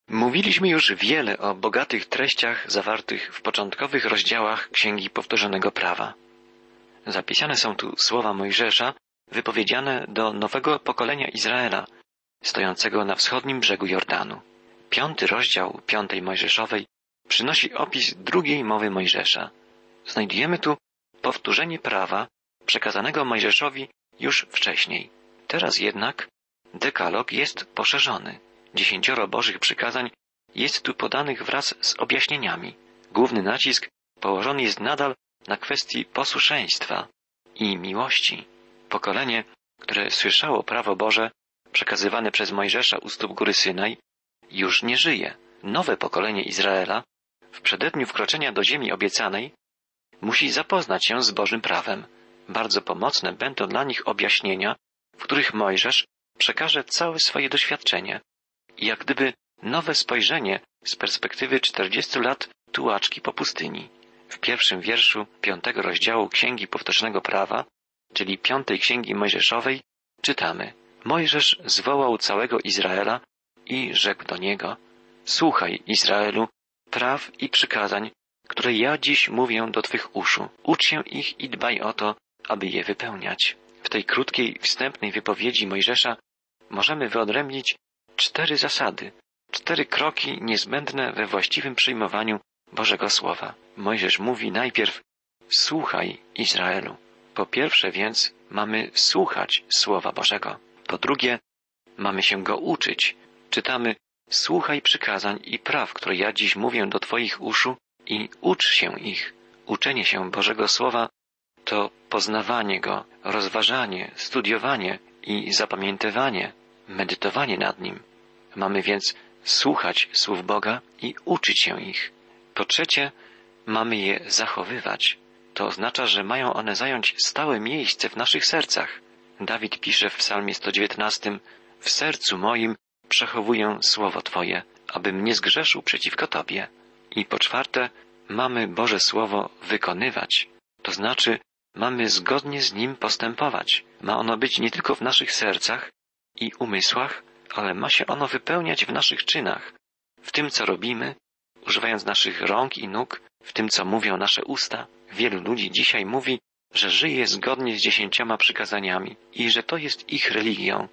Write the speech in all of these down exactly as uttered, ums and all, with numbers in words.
Mówiliśmy już wiele o bogatych treściach zawartych w początkowych rozdziałach Księgi Powtórzonego Prawa. Zapisane są tu słowa Mojżesza wypowiedziane do nowego pokolenia Izraela, stojącego na wschodnim brzegu Jordanu. Piąty rozdział Piątej Mojżeszowej przynosi opis drugiej mowy Mojżesza. Znajdujemy tu powtórzenie prawa przekazanego Mojżeszowi już wcześniej. Teraz jednak dekalog jest poszerzony. Dziesięcioro Bożych przykazań jest tu podanych wraz z objaśnieniami. Główny nacisk położony jest nadal na kwestii posłuszeństwa i miłości. Pokolenie, które słyszało prawo Boże przekazywane przez Mojżesza u stóp góry Synaj, już nie żyje. Nowe pokolenie Izraela, w przededniu wkroczenia do ziemi obiecanej, musi zapoznać się z Bożym prawem. Bardzo pomocne będą dla nich objaśnienia, w których Mojżesz przekaże całe swoje doświadczenie i jak gdyby nowe spojrzenie z perspektywy czterdziestu lat tułaczki po pustyni. W pierwszym wierszu piątego rozdziału Księgi Powtórzonego Prawa, czyli piątej Księgi Mojżeszowej, czytamy: Mojżesz zwołał całego Izraela i rzekł do niego: Słuchaj, Izraelu, praw i przykazań, które ja dziś mówię do twych uszu. Ucz się ich i dbaj o to, aby je wypełniać. W tej krótkiej, wstępnej wypowiedzi Mojżesza możemy wyodrębnić cztery zasady, cztery kroki niezbędne we właściwym przyjmowaniu Bożego Słowa. Mojżesz mówi najpierw: Słuchaj, Izraelu. Po pierwsze więc mamy słuchać Słowa Bożego. Po drugie mamy się go uczyć. Czytamy: Słuchaj przykazań i praw, które ja dziś mówię do twoich uszu, i ucz się ich. Uczenie się Bożego Słowa to poznawanie go, rozważanie, studiowanie i zapamiętywanie, medytowanie nad nim. Mamy więc słuchać słów Boga i uczyć się ich. Po trzecie, mamy je zachowywać. To oznacza, że mają one zająć stałe miejsce w naszych sercach. Dawid pisze w psalmie sto dziewiętnastym: W sercu moim przechowuję słowo Twoje, abym nie zgrzeszył przeciwko Tobie. I po czwarte, mamy Boże Słowo wykonywać. To znaczy, mamy zgodnie z nim postępować. Ma ono być nie tylko w naszych sercach i umysłach, ale ma się ono wypełniać w naszych czynach, w tym, co robimy, używając naszych rąk i nóg, w tym, co mówią nasze usta. Wielu ludzi dzisiaj mówi, że żyje zgodnie z dziesięcioma przykazaniami i że to jest ich religią,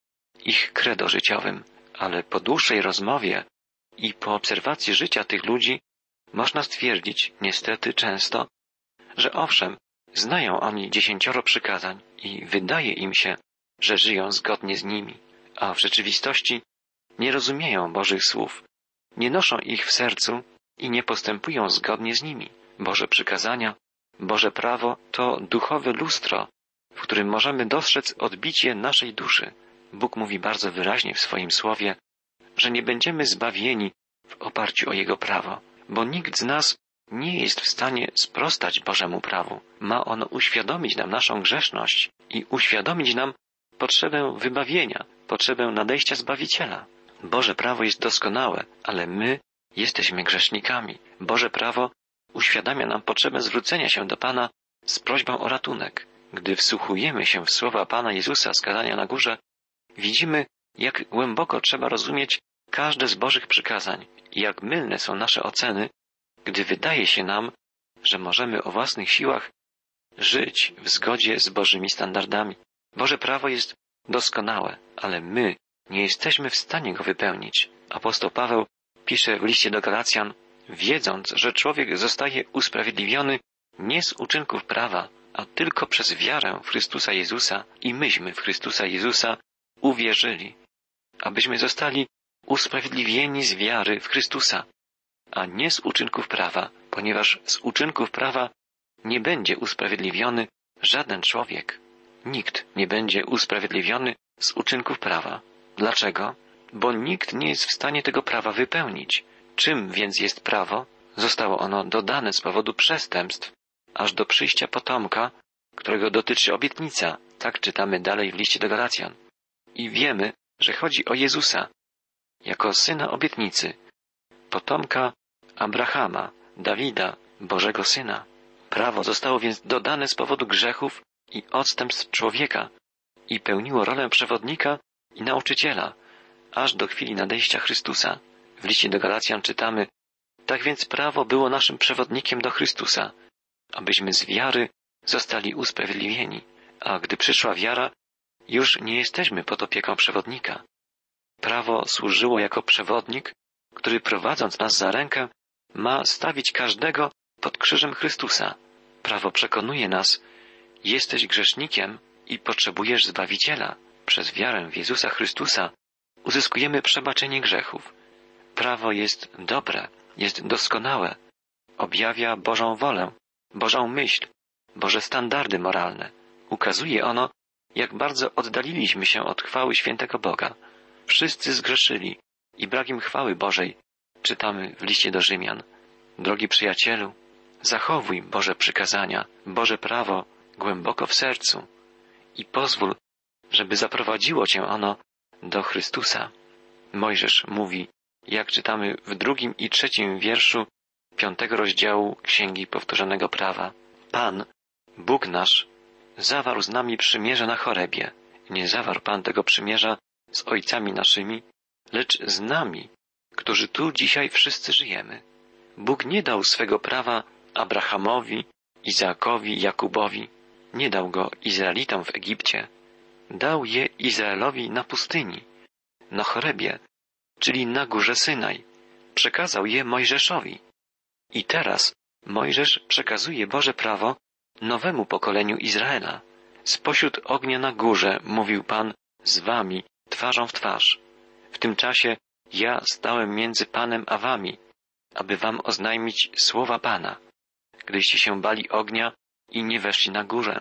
ich credo życiowym. Ale po dłuższej rozmowie i po obserwacji życia tych ludzi można stwierdzić, niestety często, że owszem, znają oni dziesięcioro przykazań i wydaje im się, że żyją zgodnie z nimi, a w rzeczywistości nie rozumieją Bożych słów, nie noszą ich w sercu i nie postępują zgodnie z nimi. Boże przykazania, Boże prawo to duchowe lustro, w którym możemy dostrzec odbicie naszej duszy. Bóg mówi bardzo wyraźnie w swoim słowie, że nie będziemy zbawieni w oparciu o Jego prawo, bo nikt z nas nie jest w stanie sprostać Bożemu prawu. Ma ono uświadomić nam naszą grzeszność i uświadomić nam potrzebę wybawienia, potrzebę nadejścia Zbawiciela. Boże prawo jest doskonałe, ale my jesteśmy grzesznikami. Boże prawo uświadamia nam potrzebę zwrócenia się do Pana z prośbą o ratunek. Gdy wsłuchujemy się w słowa Pana Jezusa z kazania na górze, widzimy, jak głęboko trzeba rozumieć każde z Bożych przykazań i jak mylne są nasze oceny, gdy wydaje się nam, że możemy o własnych siłach żyć w zgodzie z Bożymi standardami. Boże prawo jest doskonałe, ale my nie jesteśmy w stanie go wypełnić. Apostoł Paweł pisze w liście do Galacjan: wiedząc, że człowiek zostaje usprawiedliwiony nie z uczynków prawa, a tylko przez wiarę w Chrystusa Jezusa, i myśmy w Chrystusa Jezusa uwierzyli, abyśmy zostali usprawiedliwieni z wiary w Chrystusa, a nie z uczynków prawa, ponieważ z uczynków prawa nie będzie usprawiedliwiony żaden człowiek. Nikt nie będzie usprawiedliwiony z uczynków prawa. Dlaczego? Bo nikt nie jest w stanie tego prawa wypełnić. Czym więc jest prawo? Zostało ono dodane z powodu przestępstw, aż do przyjścia potomka, którego dotyczy obietnica. Tak czytamy dalej w liście do Galacjan. I wiemy, że chodzi o Jezusa, jako syna obietnicy, potomka Abrahama, Dawida, Bożego Syna. Prawo zostało więc dodane z powodu grzechów i odstępstw człowieka i pełniło rolę przewodnika i nauczyciela, aż do chwili nadejścia Chrystusa. W liście do Galacjan czytamy: tak więc prawo było naszym przewodnikiem do Chrystusa, abyśmy z wiary zostali usprawiedliwieni, a gdy przyszła wiara, już nie jesteśmy pod opieką przewodnika. Prawo służyło jako przewodnik, który prowadząc nas za rękę, ma stawić każdego pod krzyżem Chrystusa. Prawo przekonuje nas: jesteś grzesznikiem i potrzebujesz Zbawiciela. Przez wiarę w Jezusa Chrystusa uzyskujemy przebaczenie grzechów. Prawo jest dobre, jest doskonałe, objawia Bożą wolę, Bożą myśl, Boże standardy moralne. Ukazuje ono, jak bardzo oddaliliśmy się od chwały świętego Boga. Wszyscy zgrzeszyli i brak im chwały Bożej, czytamy w liście do Rzymian. Drogi przyjacielu, zachowuj Boże przykazania, Boże prawo głęboko w sercu i pozwól, żeby zaprowadziło cię ono do Chrystusa. Mojżesz mówi, jak czytamy w drugim i trzecim wierszu piątego rozdziału Księgi Powtórzonego Prawa. Pan, Bóg nasz, zawarł z nami przymierze na Chorebie. Nie zawarł Pan tego przymierza z ojcami naszymi, lecz z nami, którzy tu dzisiaj wszyscy żyjemy. Bóg nie dał swego prawa Abrahamowi, Izaakowi, Jakubowi. Nie dał go Izraelitom w Egipcie. Dał je Izraelowi na pustyni, na Chorebie, czyli na górze Synaj. Przekazał je Mojżeszowi. I teraz Mojżesz przekazuje Boże prawo nowemu pokoleniu Izraela. Spośród ognia na górze mówił Pan z wami, twarzą w twarz. W tym czasie ja stałem między Panem a wami, aby wam oznajmić słowa Pana, gdyście się bali ognia i nie weszli na górę.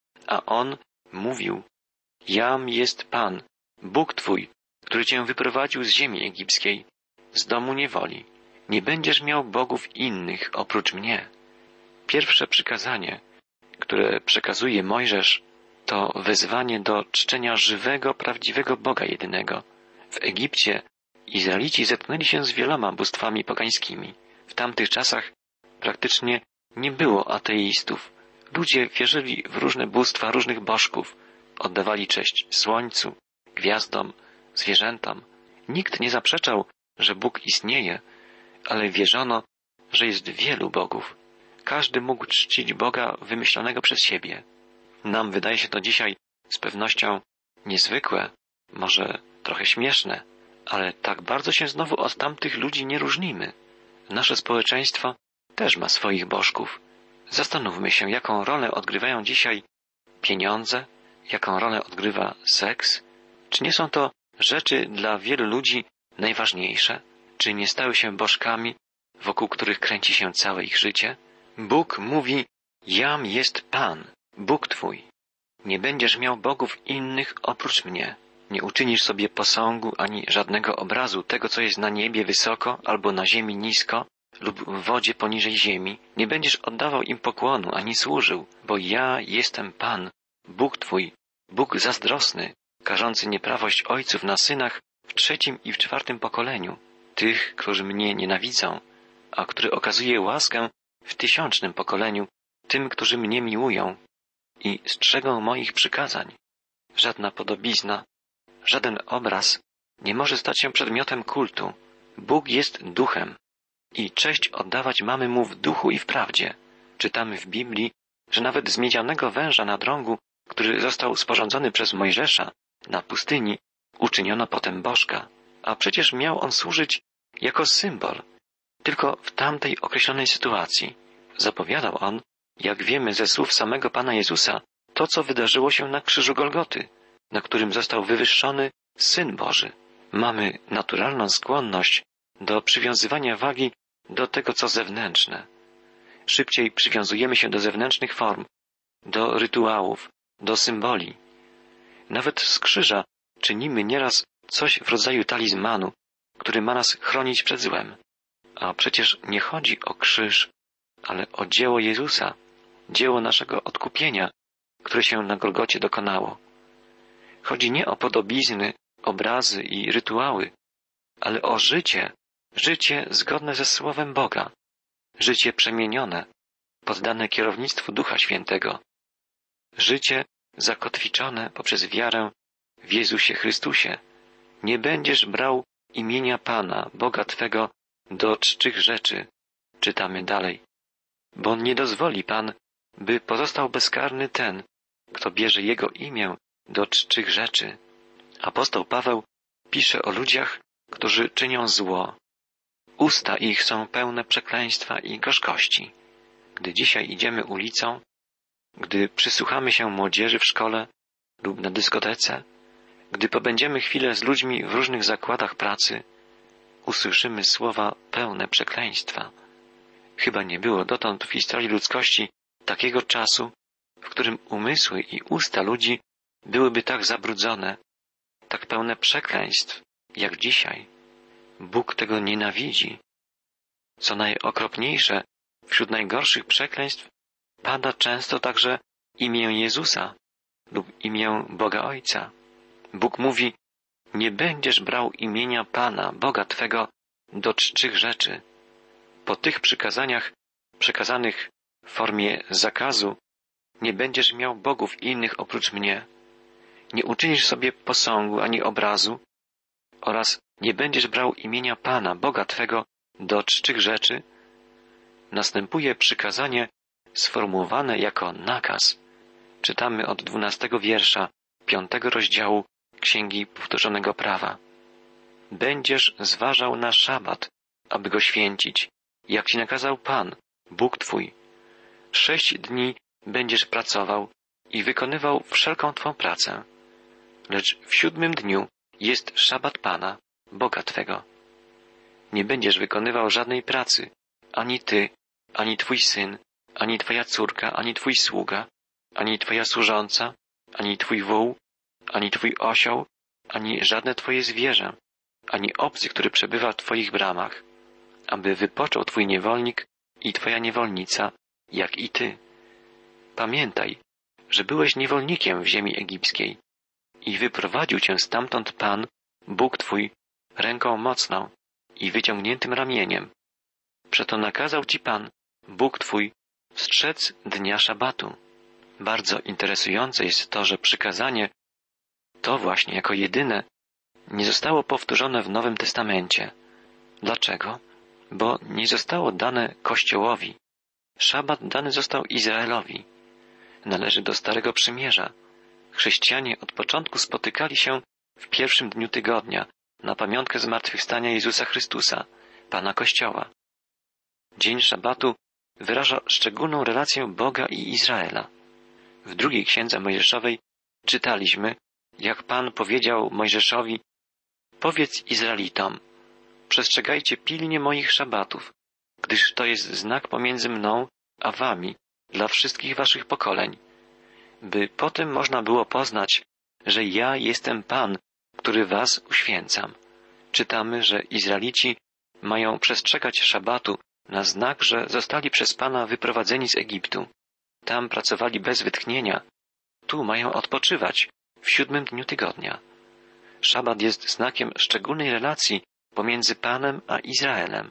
A On mówił: Jam jest Pan, Bóg Twój, który Cię wyprowadził z ziemi egipskiej, z domu niewoli. Nie będziesz miał bogów innych oprócz mnie. Pierwsze przykazanie, które przekazuje Mojżesz, to wezwanie do czczenia żywego, prawdziwego Boga jedynego. W Egipcie Izraelici zetknęli się z wieloma bóstwami pogańskimi. W tamtych czasach praktycznie nie było ateistów. Ludzie wierzyli w różne bóstwa różnych bożków. Oddawali cześć słońcu, gwiazdom, zwierzętom. Nikt nie zaprzeczał, że Bóg istnieje, ale wierzono, że jest wielu bogów. Każdy mógł czcić Boga wymyślonego przez siebie. Nam wydaje się to dzisiaj z pewnością niezwykłe, może trochę śmieszne, ale tak bardzo się znowu od tamtych ludzi nie różnimy. Nasze społeczeństwo też ma swoich bożków. Zastanówmy się, jaką rolę odgrywają dzisiaj pieniądze, jaką rolę odgrywa seks. Czy nie są to rzeczy dla wielu ludzi najważniejsze? Czy nie stały się bożkami, wokół których kręci się całe ich życie? Bóg mówi: Jam jest Pan, Bóg Twój. Nie będziesz miał bogów innych oprócz mnie. Nie uczynisz sobie posągu ani żadnego obrazu tego, co jest na niebie wysoko albo na ziemi nisko lub w wodzie poniżej ziemi. Nie będziesz oddawał im pokłonu ani służył, bo ja jestem Pan, Bóg Twój, Bóg zazdrosny, karzący nieprawość ojców na synach w trzecim i w czwartym pokoleniu, tych, którzy mnie nienawidzą, a który okazuje łaskę w tysiącznym pokoleniu tym, którzy mnie miłują i strzegą moich przykazań. Żadna podobizna, żaden obraz nie może stać się przedmiotem kultu. Bóg jest duchem i cześć oddawać mamy Mu w duchu i w prawdzie. Czytamy w Biblii, że nawet z miedzianego węża na drągu, który został sporządzony przez Mojżesza na pustyni, uczyniono potem bożka. A przecież miał on służyć jako symbol, tylko w tamtej określonej sytuacji. Zapowiadał on, jak wiemy ze słów samego Pana Jezusa, to, co wydarzyło się na krzyżu Golgoty, na którym został wywyższony Syn Boży. Mamy naturalną skłonność do przywiązywania wagi do tego, co zewnętrzne. Szybciej przywiązujemy się do zewnętrznych form, do rytuałów, do symboli. Nawet z krzyża czynimy nieraz coś w rodzaju talizmanu, który ma nas chronić przed złem. A przecież nie chodzi o krzyż, ale o dzieło Jezusa, dzieło naszego odkupienia, które się na Golgocie dokonało. Chodzi nie o podobizny, obrazy i rytuały, ale o życie, życie zgodne ze Słowem Boga, życie przemienione, poddane kierownictwu Ducha Świętego, życie zakotwiczone poprzez wiarę w Jezusie Chrystusie. Nie będziesz brał imienia Pana, Boga Twego, do czczych rzeczy. Czytamy dalej. Bo nie dozwoli Pan, by pozostał bezkarny ten, kto bierze Jego imię do czczych rzeczy. Apostoł Paweł pisze o ludziach, którzy czynią zło. Usta ich są pełne przekleństwa i gorzkości. Gdy dzisiaj idziemy ulicą, gdy przysłuchamy się młodzieży w szkole lub na dyskotece, gdy pobędziemy chwilę z ludźmi w różnych zakładach pracy, usłyszymy słowa pełne przekleństwa. Chyba nie było dotąd w historii ludzkości takiego czasu, w którym umysły i usta ludzi byłyby tak zabrudzone, tak pełne przekleństw, jak dzisiaj. Bóg tego nienawidzi. Co najokropniejsze, wśród najgorszych przekleństw pada często także imię Jezusa lub imię Boga Ojca. Bóg mówi, nie będziesz brał imienia Pana, Boga Twego, do czczych rzeczy. Po tych przykazaniach, przekazanych w formie zakazu, nie będziesz miał bogów innych oprócz mnie. Nie uczynisz sobie posągu ani obrazu oraz nie będziesz brał imienia Pana, Boga Twego, do czczych rzeczy. Następuje przykazanie sformułowane jako nakaz. Czytamy od dwunastego wiersza piątego rozdziału Księgi Powtórzonego Prawa. Będziesz zważał na szabat, aby go święcić, jak ci nakazał Pan, Bóg Twój. Sześć dni będziesz pracował i wykonywał wszelką Twą pracę. Lecz w siódmym dniu jest szabat Pana, Boga Twego. Nie będziesz wykonywał żadnej pracy, ani Ty, ani Twój syn, ani Twoja córka, ani Twój sługa, ani Twoja służąca, ani Twój wół, ani Twój osioł, ani żadne Twoje zwierzę, ani obcy, który przebywa w Twoich bramach, aby wypoczął Twój niewolnik i Twoja niewolnica, jak i Ty. Pamiętaj, że byłeś niewolnikiem w ziemi egipskiej i wyprowadził Cię stamtąd Pan, Bóg Twój, ręką mocną i wyciągniętym ramieniem. Przeto nakazał Ci Pan, Bóg Twój, strzec dnia szabatu. Bardzo interesujące jest to, że przykazanie to właśnie jako jedyne nie zostało powtórzone w Nowym Testamencie. Dlaczego? Bo nie zostało dane Kościołowi. Szabat dany został Izraelowi. Należy do Starego Przymierza. Chrześcijanie od początku spotykali się w pierwszym dniu tygodnia na pamiątkę zmartwychwstania Jezusa Chrystusa, Pana Kościoła. Dzień szabatu wyraża szczególną relację Boga i Izraela. W drugiej księdze Mojżeszowej czytaliśmy, jak Pan powiedział Mojżeszowi: powiedz Izraelitom, przestrzegajcie pilnie moich szabatów, gdyż to jest znak pomiędzy mną a wami dla wszystkich waszych pokoleń, by potem można było poznać, że ja jestem Pan, który was uświęcam. Czytamy, że Izraelici mają przestrzegać szabatu na znak, że zostali przez Pana wyprowadzeni z Egiptu. Tam pracowali bez wytchnienia, tu mają odpoczywać w siódmym dniu tygodnia. Szabat jest znakiem szczególnej relacji pomiędzy Panem a Izraelem.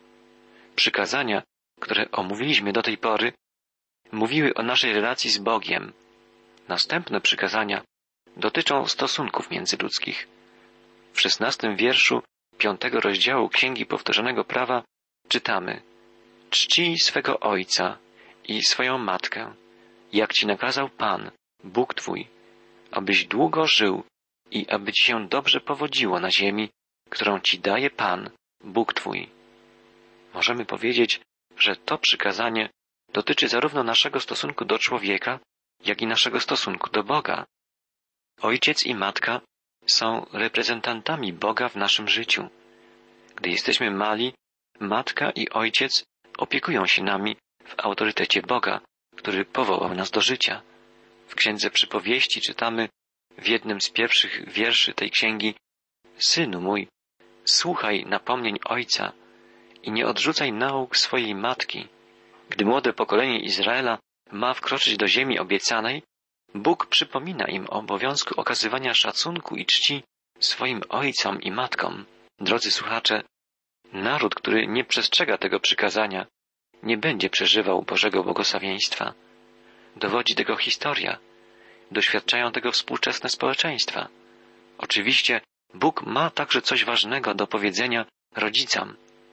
Przykazania, które omówiliśmy do tej pory, mówiły o naszej relacji z Bogiem. Następne przykazania dotyczą stosunków międzyludzkich. W szesnastym wierszu piątego rozdziału Księgi Powtórzonego Prawa czytamy: czcij swego ojca i swoją matkę, jak ci nakazał Pan, Bóg Twój, abyś długo żył i aby ci się dobrze powodziło na ziemi, którą ci daje Pan, Bóg Twój. Możemy powiedzieć, że to przykazanie dotyczy zarówno naszego stosunku do człowieka, jak i naszego stosunku do Boga. Ojciec i matka są reprezentantami Boga w naszym życiu. Gdy jesteśmy mali, matka i ojciec opiekują się nami w autorytecie Boga, który powołał nas do życia. W Księdze Przypowieści czytamy w jednym z pierwszych wierszy tej księgi: synu mój, słuchaj napomnień ojca i nie odrzucaj nauk swojej matki. Gdy młode pokolenie Izraela ma wkroczyć do ziemi obiecanej, Bóg przypomina im o obowiązku okazywania szacunku i czci swoim ojcom i matkom. Drodzy słuchacze, naród, który nie przestrzega tego przykazania, nie będzie przeżywał Bożego błogosławieństwa. Dowodzi tego historia. Doświadczają tego współczesne społeczeństwa. Oczywiście Bóg ma także coś ważnego do powiedzenia rodzicom.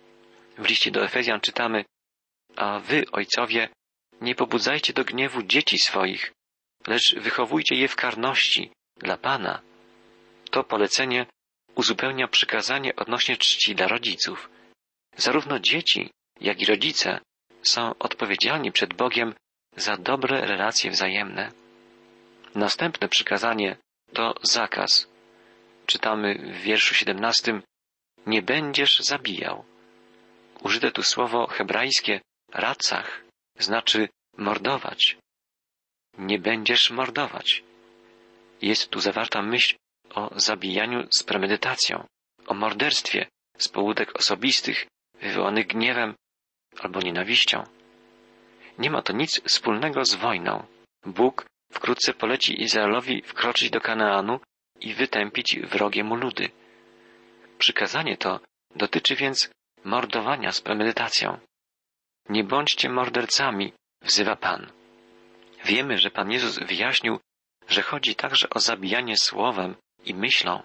W liście do Efezjan czytamy: a wy, ojcowie, nie pobudzajcie do gniewu dzieci swoich, lecz wychowujcie je w karności dla Pana. To polecenie uzupełnia przykazanie odnośnie czci dla rodziców. Zarówno dzieci, jak i rodzice są odpowiedzialni przed Bogiem za dobre relacje wzajemne. Następne przykazanie to zakaz. Czytamy w wierszu siedemnastym: nie będziesz zabijał. Użyte tu słowo hebrajskie racach, znaczy mordować. Nie będziesz mordować. Jest tu zawarta myśl o zabijaniu z premedytacją, o morderstwie z pobudek osobistych, wywołanych gniewem albo nienawiścią. Nie ma to nic wspólnego z wojną. Bóg wkrótce poleci Izraelowi wkroczyć do Kanaanu i wytępić wrogie mu ludy. Przykazanie to dotyczy więc mordowania z premedytacją. Nie bądźcie mordercami, wzywa Pan. Wiemy, że Pan Jezus wyjaśnił, że chodzi także o zabijanie słowem i myślą.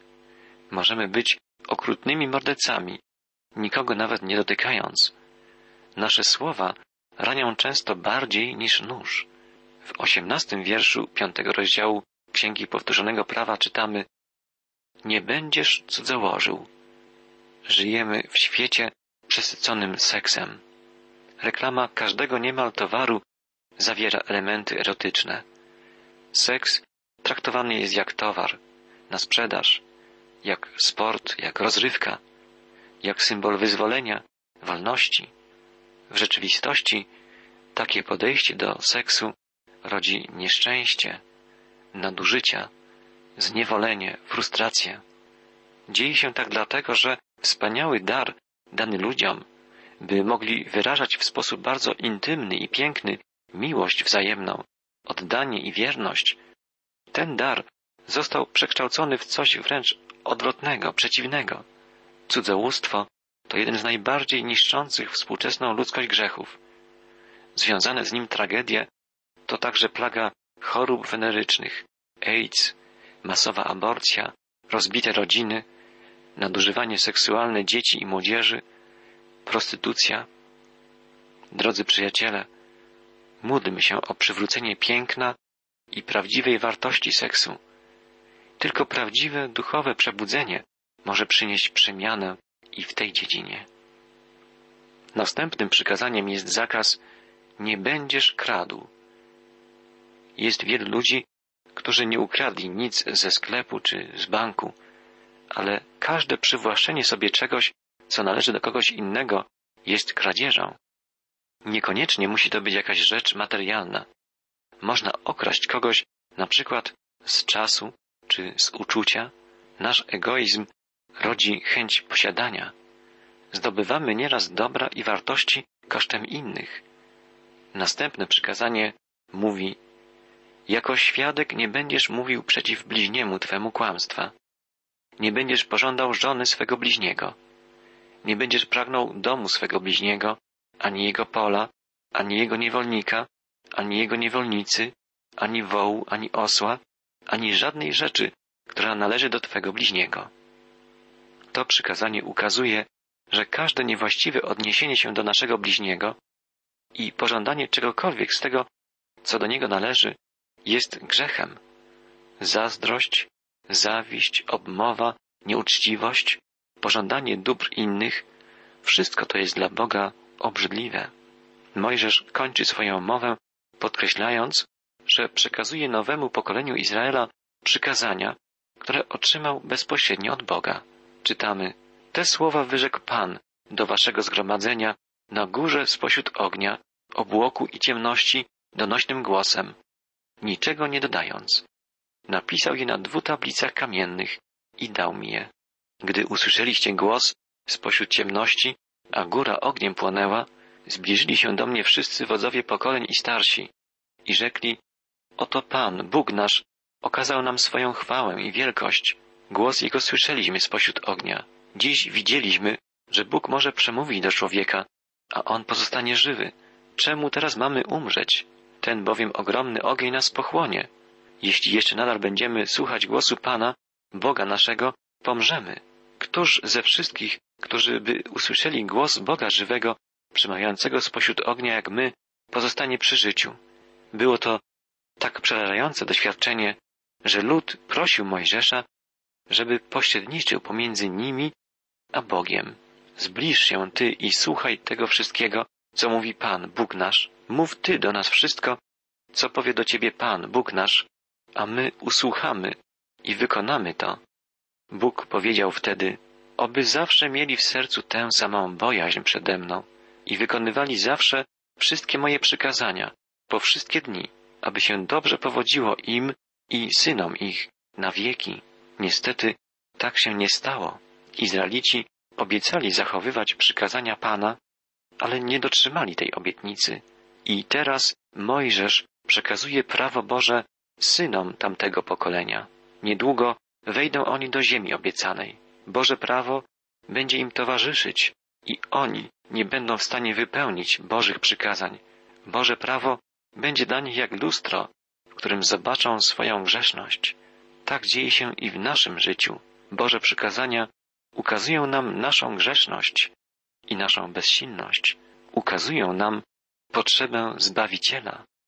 Możemy być okrutnymi mordercami, nikogo nawet nie dotykając. Nasze słowa ranią często bardziej niż nóż. W osiemnastym wierszu piątego rozdziału Księgi Powtórzonego Prawa czytamy: nie będziesz cudzołożył. Żyjemy w świecie przesyconym seksem. Reklama każdego niemal towaru zawiera elementy erotyczne. Seks traktowany jest jak towar, na sprzedaż, jak sport, jak rozrywka, jak symbol wyzwolenia, wolności. W rzeczywistości takie podejście do seksu rodzi nieszczęście, nadużycia, zniewolenie, frustrację. Dzieje się tak dlatego, że wspaniały dar dany ludziom, by mogli wyrażać w sposób bardzo intymny i piękny miłość wzajemną, oddanie i wierność, ten dar został przekształcony w coś wręcz odwrotnego, przeciwnego. Cudzołóstwo to jeden z najbardziej niszczących współczesną ludzkość grzechów. Związane z nim tragedie to także plaga chorób wenerycznych, AIDS, masowa aborcja, rozbite rodziny, nadużywanie seksualne dzieci i młodzieży, prostytucja. Drodzy przyjaciele, módlmy się o przywrócenie piękna i prawdziwej wartości seksu. Tylko prawdziwe duchowe przebudzenie może przynieść przemianę i w tej dziedzinie. Następnym przykazaniem jest zakaz: nie będziesz kradł. Jest wielu ludzi, którzy nie ukradli nic ze sklepu czy z banku, ale każde przywłaszczenie sobie czegoś, co należy do kogoś innego, jest kradzieżą. Niekoniecznie musi to być jakaś rzecz materialna. Można okraść kogoś na przykład z czasu czy z uczucia. Nasz egoizm rodzi chęć posiadania. Zdobywamy nieraz dobra i wartości kosztem innych. Następne przykazanie mówi: jako świadek nie będziesz mówił przeciw bliźniemu twemu kłamstwa. Nie będziesz pożądał żony swego bliźniego. Nie będziesz pragnął domu swego bliźniego, ani jego pola, ani jego niewolnika, ani jego niewolnicy, ani wołu, ani osła, ani żadnej rzeczy, która należy do twego bliźniego. To przykazanie ukazuje, że każde niewłaściwe odniesienie się do naszego bliźniego i pożądanie czegokolwiek z tego, co do niego należy, jest grzechem. Zazdrość, zawiść, obmowa, nieuczciwość, pożądanie dóbr innych, wszystko to jest dla Boga obrzydliwe. Mojżesz kończy swoją mowę, podkreślając, że przekazuje nowemu pokoleniu Izraela przykazania, które otrzymał bezpośrednio od Boga. Czytamy: te słowa wyrzekł Pan do waszego zgromadzenia na górze spośród ognia, obłoku i ciemności donośnym głosem, niczego nie dodając. Napisał je na dwóch tablicach kamiennych i dał mi je. Gdy usłyszeliście głos spośród ciemności, a góra ogniem płonęła, zbliżyli się do mnie wszyscy wodzowie pokoleń i starsi i rzekli: oto Pan, Bóg nasz, okazał nam swoją chwałę i wielkość. Głos Jego słyszeliśmy spośród ognia. Dziś widzieliśmy, że Bóg może przemówić do człowieka, a on pozostanie żywy. Czemu teraz mamy umrzeć? Ten bowiem ogromny ogień nas pochłonie. Jeśli jeszcze nadal będziemy słuchać głosu Pana, Boga naszego, pomrzemy. Któż ze wszystkich, którzy by usłyszeli głos Boga żywego, przemawiającego spośród ognia jak my, pozostanie przy życiu? Było to tak przerażające doświadczenie, że lud prosił Mojżesza, żeby pośredniczył pomiędzy nimi a Bogiem. Zbliż się Ty i słuchaj tego wszystkiego, co mówi Pan, Bóg nasz. Mów Ty do nas wszystko, co powie do Ciebie Pan, Bóg nasz, a my usłuchamy i wykonamy to. Bóg powiedział wtedy, oby zawsze mieli w sercu tę samą bojaźń przede mną i wykonywali zawsze wszystkie moje przykazania, po wszystkie dni, aby się dobrze powodziło im i synom ich na wieki. Niestety tak się nie stało. Izraelici obiecali zachowywać przykazania Pana, ale nie dotrzymali tej obietnicy. I teraz Mojżesz przekazuje prawo Boże synom tamtego pokolenia. Niedługo wejdą oni do ziemi obiecanej. Boże prawo będzie im towarzyszyć i oni nie będą w stanie wypełnić Bożych przykazań. Boże prawo będzie dla nich jak lustro, w którym zobaczą swoją grzeszność. Tak dzieje się i w naszym życiu. Boże przykazania ukazują nam naszą grzeszność i naszą bezsilność. Ukazują nam potrzebę Zbawiciela.